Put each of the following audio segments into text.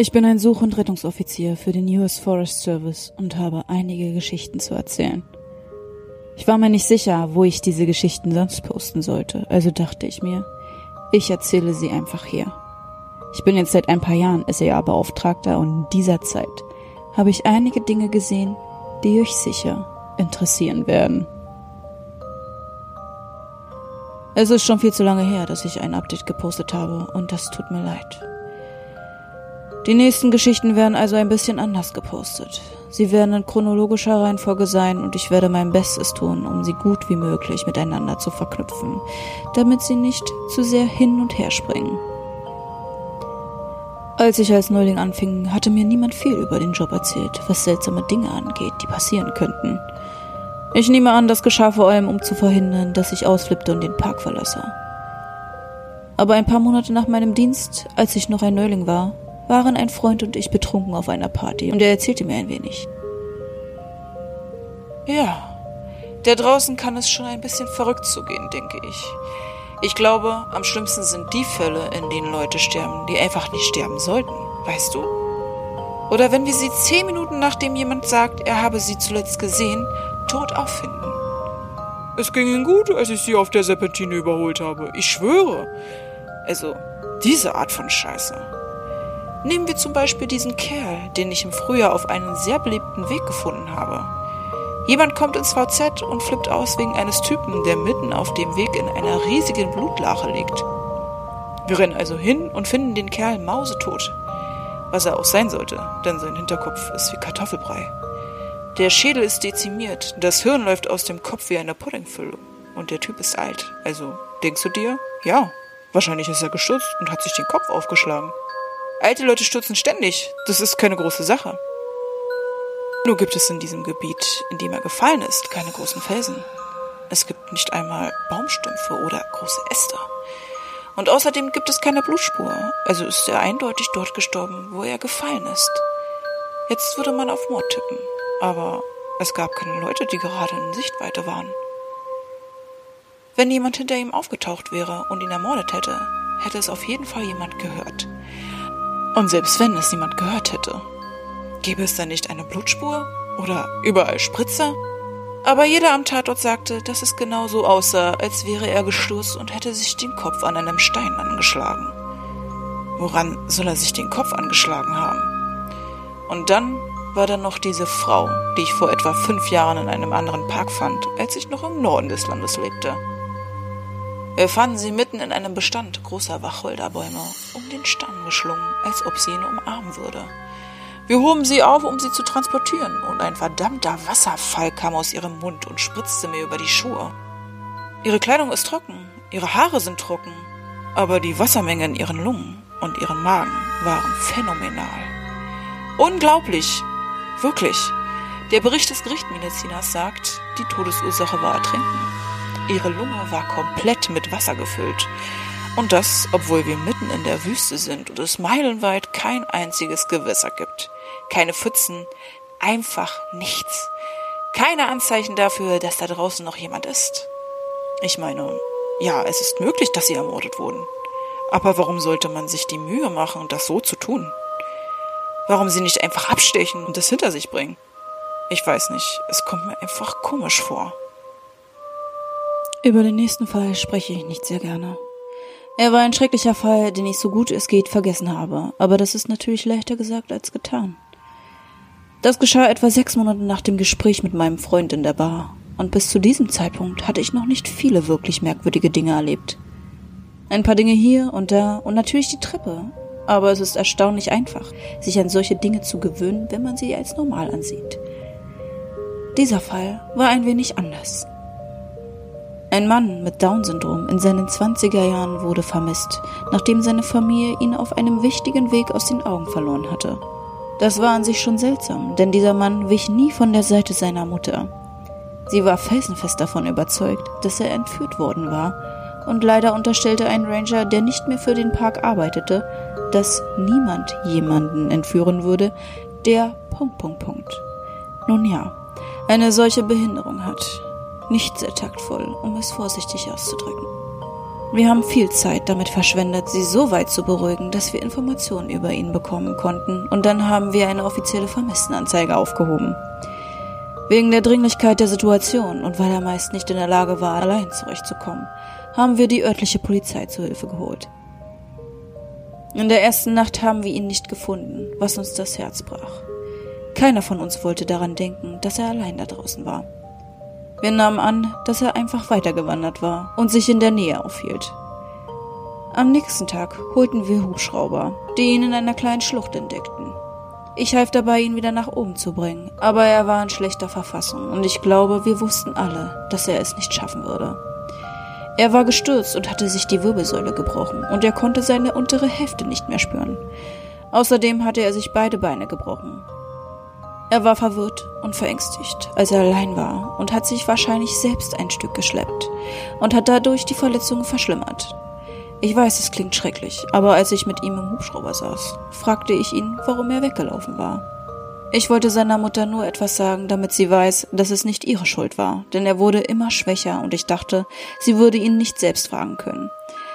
Ich bin ein Such- und Rettungsoffizier für den US Forest Service und habe einige Geschichten zu erzählen. Ich war mir nicht sicher, wo ich diese Geschichten sonst posten sollte, also dachte ich mir, ich erzähle sie einfach hier. Ich bin jetzt seit ein paar Jahren SEA-Beauftragter und in dieser Zeit habe ich einige Dinge gesehen, die euch sicher interessieren werden. Es ist schon viel zu lange her, dass ich ein Update gepostet habe und das tut mir leid. Die nächsten Geschichten werden also ein bisschen anders gepostet. Sie werden in chronologischer Reihenfolge sein und ich werde mein Bestes tun, um sie gut wie möglich miteinander zu verknüpfen, damit sie nicht zu sehr hin und her springen. Als ich als Neuling anfing, hatte mir niemand viel über den Job erzählt, was seltsame Dinge angeht, die passieren könnten. Ich nehme an, das geschah vor allem, um zu verhindern, dass ich ausflippte und den Park verlasse. Aber ein paar Monate nach meinem Dienst, als ich noch ein Neuling war, waren ein Freund und ich betrunken auf einer Party und er erzählte mir ein wenig. Ja, da draußen kann es schon ein bisschen verrückt zugehen, denke ich. Ich glaube, am schlimmsten sind die Fälle, in denen Leute sterben, die einfach nicht sterben sollten, weißt du? Oder wenn wir sie 10 Minuten nachdem jemand sagt, er habe sie zuletzt gesehen, tot auffinden. Es ging ihnen gut, als ich sie auf der Serpentine überholt habe. Ich schwöre. Also, diese Art von Scheiße. Nehmen wir zum Beispiel diesen Kerl, den ich im Frühjahr auf einem sehr belebten Weg gefunden habe. Jemand kommt ins VZ und flippt aus wegen eines Typen, der mitten auf dem Weg in einer riesigen Blutlache liegt. Wir rennen also hin und finden den Kerl mausetot. Was er auch sein sollte, denn sein Hinterkopf ist wie Kartoffelbrei. Der Schädel ist dezimiert, das Hirn läuft aus dem Kopf wie eine Puddingfüllung. Und der Typ ist alt. Also, denkst du dir? Ja, wahrscheinlich ist er gestürzt und hat sich den Kopf aufgeschlagen. Alte Leute stürzen ständig, das ist keine große Sache. Nur gibt es in diesem Gebiet, in dem er gefallen ist, keine großen Felsen. Es gibt nicht einmal Baumstümpfe oder große Äste. Und außerdem gibt es keine Blutspur, also ist er eindeutig dort gestorben, wo er gefallen ist. Jetzt würde man auf Mord tippen, aber es gab keine Leute, die gerade in Sichtweite waren. Wenn jemand hinter ihm aufgetaucht wäre und ihn ermordet hätte, hätte es auf jeden Fall jemand gehört. Und selbst wenn es niemand gehört hätte, gäbe es dann nicht eine Blutspur oder überall Spritzer? Aber jeder am Tatort sagte, dass es genau so aussah, als wäre er gestürzt und hätte sich den Kopf an einem Stein angeschlagen. Woran soll er sich den Kopf angeschlagen haben? Und dann war da noch diese Frau, die ich vor etwa 5 Jahren in einem anderen Park fand, als ich noch im Norden des Landes lebte. Wir fanden sie mitten in einem Bestand großer Wacholderbäume, um den Stamm geschlungen, als ob sie ihn umarmen würde. Wir hoben sie auf, um sie zu transportieren, und ein verdammter Wasserfall kam aus ihrem Mund und spritzte mir über die Schuhe. Ihre Kleidung ist trocken, ihre Haare sind trocken, aber die Wassermenge in ihren Lungen und ihren Magen waren phänomenal. Unglaublich, wirklich. Der Bericht des Gerichtsmediziners sagt, die Todesursache war Ertrinken. Ihre Lunge war komplett mit Wasser gefüllt. Und das, obwohl wir mitten in der Wüste sind und es meilenweit kein einziges Gewässer gibt. Keine Pfützen, einfach nichts. Keine Anzeichen dafür, dass da draußen noch jemand ist. Ich meine, ja, es ist möglich, dass sie ermordet wurden. Aber warum sollte man sich die Mühe machen, das so zu tun? Warum sie nicht einfach abstechen und es hinter sich bringen? Ich weiß nicht, es kommt mir einfach komisch vor. Über den nächsten Fall spreche ich nicht sehr gerne. Er war ein schrecklicher Fall, den ich so gut es geht vergessen habe, aber das ist natürlich leichter gesagt als getan. Das geschah etwa 6 Monate nach dem Gespräch mit meinem Freund in der Bar, und bis zu diesem Zeitpunkt hatte ich noch nicht viele wirklich merkwürdige Dinge erlebt. Ein paar Dinge hier und da und natürlich die Treppe, aber es ist erstaunlich einfach, sich an solche Dinge zu gewöhnen, wenn man sie als normal ansieht. Dieser Fall war ein wenig anders. Ein Mann mit Down-Syndrom in seinen 20er Jahren wurde vermisst, nachdem seine Familie ihn auf einem wichtigen Weg aus den Augen verloren hatte. Das war an sich schon seltsam, denn dieser Mann wich nie von der Seite seiner Mutter. Sie war felsenfest davon überzeugt, dass er entführt worden war, und leider unterstellte ein Ranger, der nicht mehr für den Park arbeitete, dass niemand jemanden entführen würde, der ... Nun ja, eine solche Behinderung hat. Nicht sehr taktvoll, um es vorsichtig auszudrücken. Wir haben viel Zeit damit verschwendet, sie so weit zu beruhigen, dass wir Informationen über ihn bekommen konnten, und dann haben wir eine offizielle Vermisstenanzeige aufgehoben. Wegen der Dringlichkeit der Situation und weil er meist nicht in der Lage war, allein zurechtzukommen, haben wir die örtliche Polizei zu Hilfe geholt. In der ersten Nacht haben wir ihn nicht gefunden, was uns das Herz brach. Keiner von uns wollte daran denken, dass er allein da draußen war. Wir nahmen an, dass er einfach weitergewandert war und sich in der Nähe aufhielt. Am nächsten Tag holten wir Hubschrauber, die ihn in einer kleinen Schlucht entdeckten. Ich half dabei, ihn wieder nach oben zu bringen, aber er war in schlechter Verfassung und ich glaube, wir wussten alle, dass er es nicht schaffen würde. Er war gestürzt und hatte sich die Wirbelsäule gebrochen und er konnte seine untere Hälfte nicht mehr spüren. Außerdem hatte er sich beide Beine gebrochen. Er war verwirrt und verängstigt, als er allein war und hat sich wahrscheinlich selbst ein Stück geschleppt und hat dadurch die Verletzungen verschlimmert. Ich weiß, es klingt schrecklich, aber als ich mit ihm im Hubschrauber saß, fragte ich ihn, warum er weggelaufen war. Ich wollte seiner Mutter nur etwas sagen, damit sie weiß, dass es nicht ihre Schuld war, denn er wurde immer schwächer und ich dachte, sie würde ihn nicht selbst fragen können.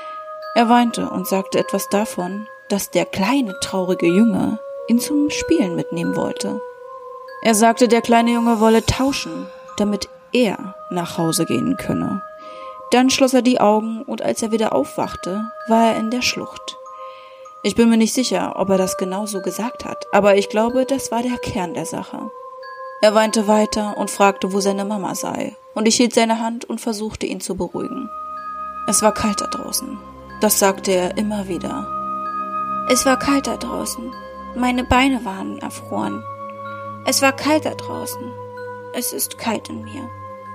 Er weinte und sagte etwas davon, dass der kleine, traurige Junge ihn zum Spielen mitnehmen wollte. Er sagte, der kleine Junge wolle tauschen, damit er nach Hause gehen könne. Dann schloss er die Augen und als er wieder aufwachte, war er in der Schlucht. Ich bin mir nicht sicher, ob er das genau so gesagt hat, aber ich glaube, das war der Kern der Sache. Er weinte weiter und fragte, wo seine Mama sei, und ich hielt seine Hand und versuchte, ihn zu beruhigen. Es war kalt da draußen. Das sagte er immer wieder. Es war kalt da draußen. Meine Beine waren erfroren. Es war kalt da draußen. Es ist kalt in mir.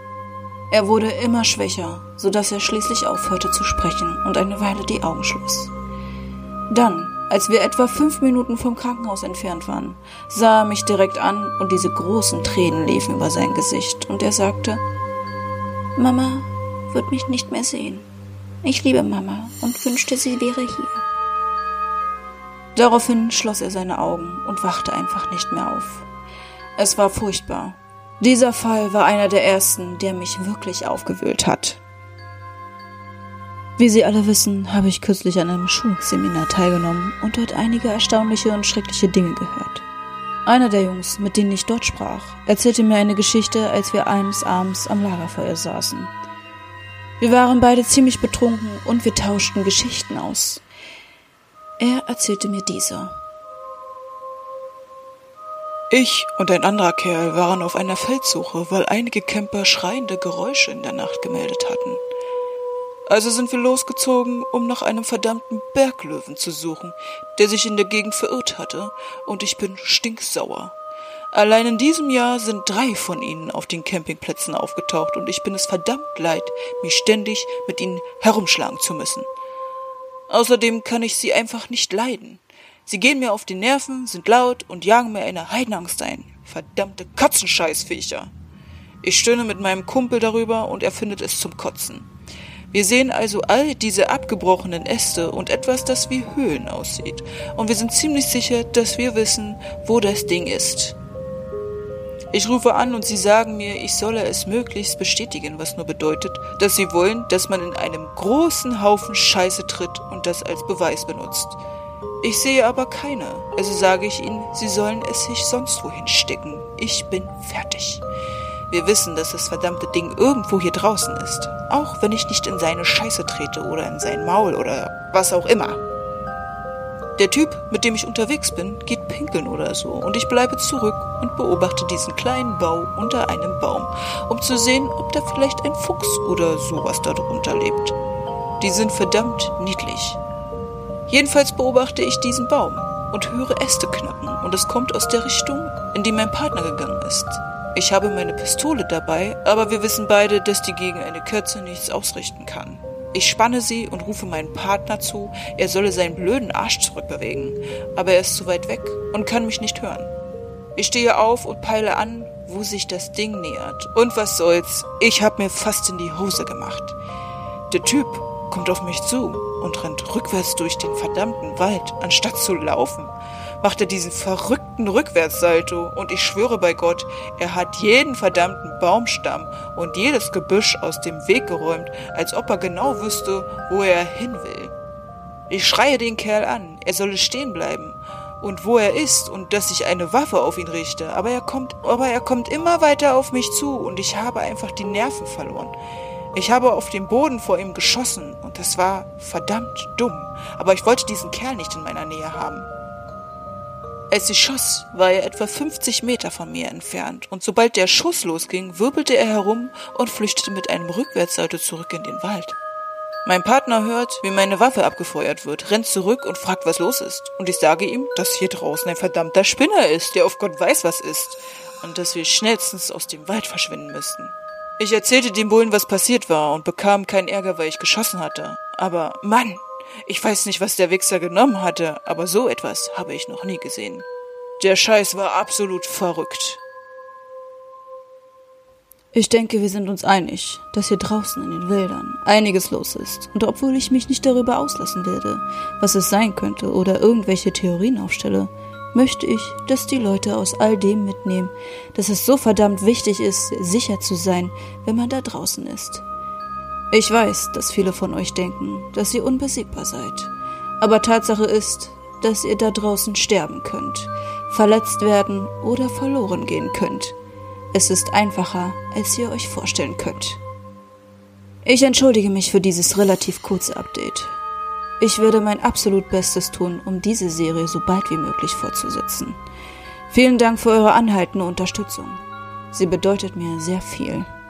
Er wurde immer schwächer, sodass er schließlich aufhörte zu sprechen und eine Weile die Augen schloss. Dann, als wir etwa 5 Minuten vom Krankenhaus entfernt waren, sah er mich direkt an und diese großen Tränen liefen über sein Gesicht und er sagte, Mama wird mich nicht mehr sehen. Ich liebe Mama und wünschte, sie wäre hier. Daraufhin schloss er seine Augen und wachte einfach nicht mehr auf. Es war furchtbar. Dieser Fall war einer der ersten, der mich wirklich aufgewühlt hat. Wie Sie alle wissen, habe ich kürzlich an einem Schulseminar teilgenommen und dort einige erstaunliche und schreckliche Dinge gehört. Einer der Jungs, mit denen ich dort sprach, erzählte mir eine Geschichte, als wir eines Abends am Lagerfeuer saßen. Wir waren beide ziemlich betrunken und wir tauschten Geschichten aus. Er erzählte mir diese. Ich und ein anderer Kerl waren auf einer Feldsuche, weil einige Camper schreiende Geräusche in der Nacht gemeldet hatten. Also sind wir losgezogen, um nach einem verdammten Berglöwen zu suchen, der sich in der Gegend verirrt hatte, und ich bin stinksauer. Allein in diesem Jahr sind 3 von ihnen auf den Campingplätzen aufgetaucht und ich bin es verdammt leid, mich ständig mit ihnen herumschlagen zu müssen. Außerdem kann ich sie einfach nicht leiden. Sie gehen mir auf die Nerven, sind laut und jagen mir eine Heidenangst ein. Verdammte Katzenscheißviecher. Ich stöhne mit meinem Kumpel darüber und er findet es zum Kotzen. Wir sehen also all diese abgebrochenen Äste und etwas, das wie Höhlen aussieht. Und wir sind ziemlich sicher, dass wir wissen, wo das Ding ist. Ich rufe an und sie sagen mir, ich solle es möglichst bestätigen, was nur bedeutet, dass sie wollen, dass man in einem großen Haufen Scheiße tritt und das als Beweis benutzt. Ich sehe aber keine, also sage ich ihnen, sie sollen es sich sonst wohin stecken. Ich bin fertig. Wir wissen, dass das verdammte Ding irgendwo hier draußen ist, auch wenn ich nicht in seine Scheiße trete oder in sein Maul oder was auch immer. Der Typ, mit dem ich unterwegs bin, geht pinkeln oder so und ich bleibe zurück und beobachte diesen kleinen Bau unter einem Baum, um zu sehen, ob da vielleicht ein Fuchs oder sowas darunter lebt. Die sind verdammt niedlich. Jedenfalls beobachte ich diesen Baum und höre Äste knacken und es kommt aus der Richtung, in die mein Partner gegangen ist. Ich habe meine Pistole dabei, aber wir wissen beide, dass die gegen eine Katze nichts ausrichten kann. Ich spanne sie und rufe meinem Partner zu, er solle seinen blöden Arsch zurückbewegen, aber er ist zu weit weg und kann mich nicht hören. Ich stehe auf und peile an, wo sich das Ding nähert. Und was soll's, ich habe mir fast in die Hose gemacht. Der Typ kommt auf mich zu und rennt rückwärts durch den verdammten Wald, anstatt zu laufen. macht er diesen verrückten Rückwärtssalto und ich schwöre bei Gott, er hat jeden verdammten Baumstamm und jedes Gebüsch aus dem Weg geräumt, als ob er genau wüsste, wo er hin will. Ich schreie den Kerl an, er solle stehen bleiben und wo er ist und dass ich eine Waffe auf ihn richte, aber er kommt immer weiter auf mich zu und ich habe einfach die Nerven verloren. Ich habe auf den Boden vor ihm geschossen und das war verdammt dumm, aber ich wollte diesen Kerl nicht in meiner Nähe haben. Als ich schoss, war er etwa 50 Meter von mir entfernt und sobald der Schuss losging, wirbelte er herum und flüchtete mit einem Rückwärtssalto zurück in den Wald. Mein Partner hört, wie meine Waffe abgefeuert wird, rennt zurück und fragt, was los ist. Und ich sage ihm, dass hier draußen ein verdammter Spinner ist, der auf Gott weiß, was ist. Und dass wir schnellstens aus dem Wald verschwinden müssten. Ich erzählte dem Bullen, was passiert war und bekam keinen Ärger, weil ich geschossen hatte. Aber Mann, ich weiß nicht, was der Wichser genommen hatte, aber so etwas habe ich noch nie gesehen. Der Scheiß war absolut verrückt. Ich denke, wir sind uns einig, dass hier draußen in den Wäldern einiges los ist. Und obwohl ich mich nicht darüber auslassen werde, was es sein könnte oder irgendwelche Theorien aufstelle, möchte ich, dass die Leute aus all dem mitnehmen, dass es so verdammt wichtig ist, sicher zu sein, wenn man da draußen ist. Ich weiß, dass viele von euch denken, dass ihr unbesiegbar seid. Aber Tatsache ist, dass ihr da draußen sterben könnt, verletzt werden oder verloren gehen könnt. Es ist einfacher, als ihr euch vorstellen könnt. Ich entschuldige mich für dieses relativ kurze Update. Ich werde mein absolut Bestes tun, um diese Serie so bald wie möglich fortzusetzen. Vielen Dank für eure anhaltende Unterstützung. Sie bedeutet mir sehr viel.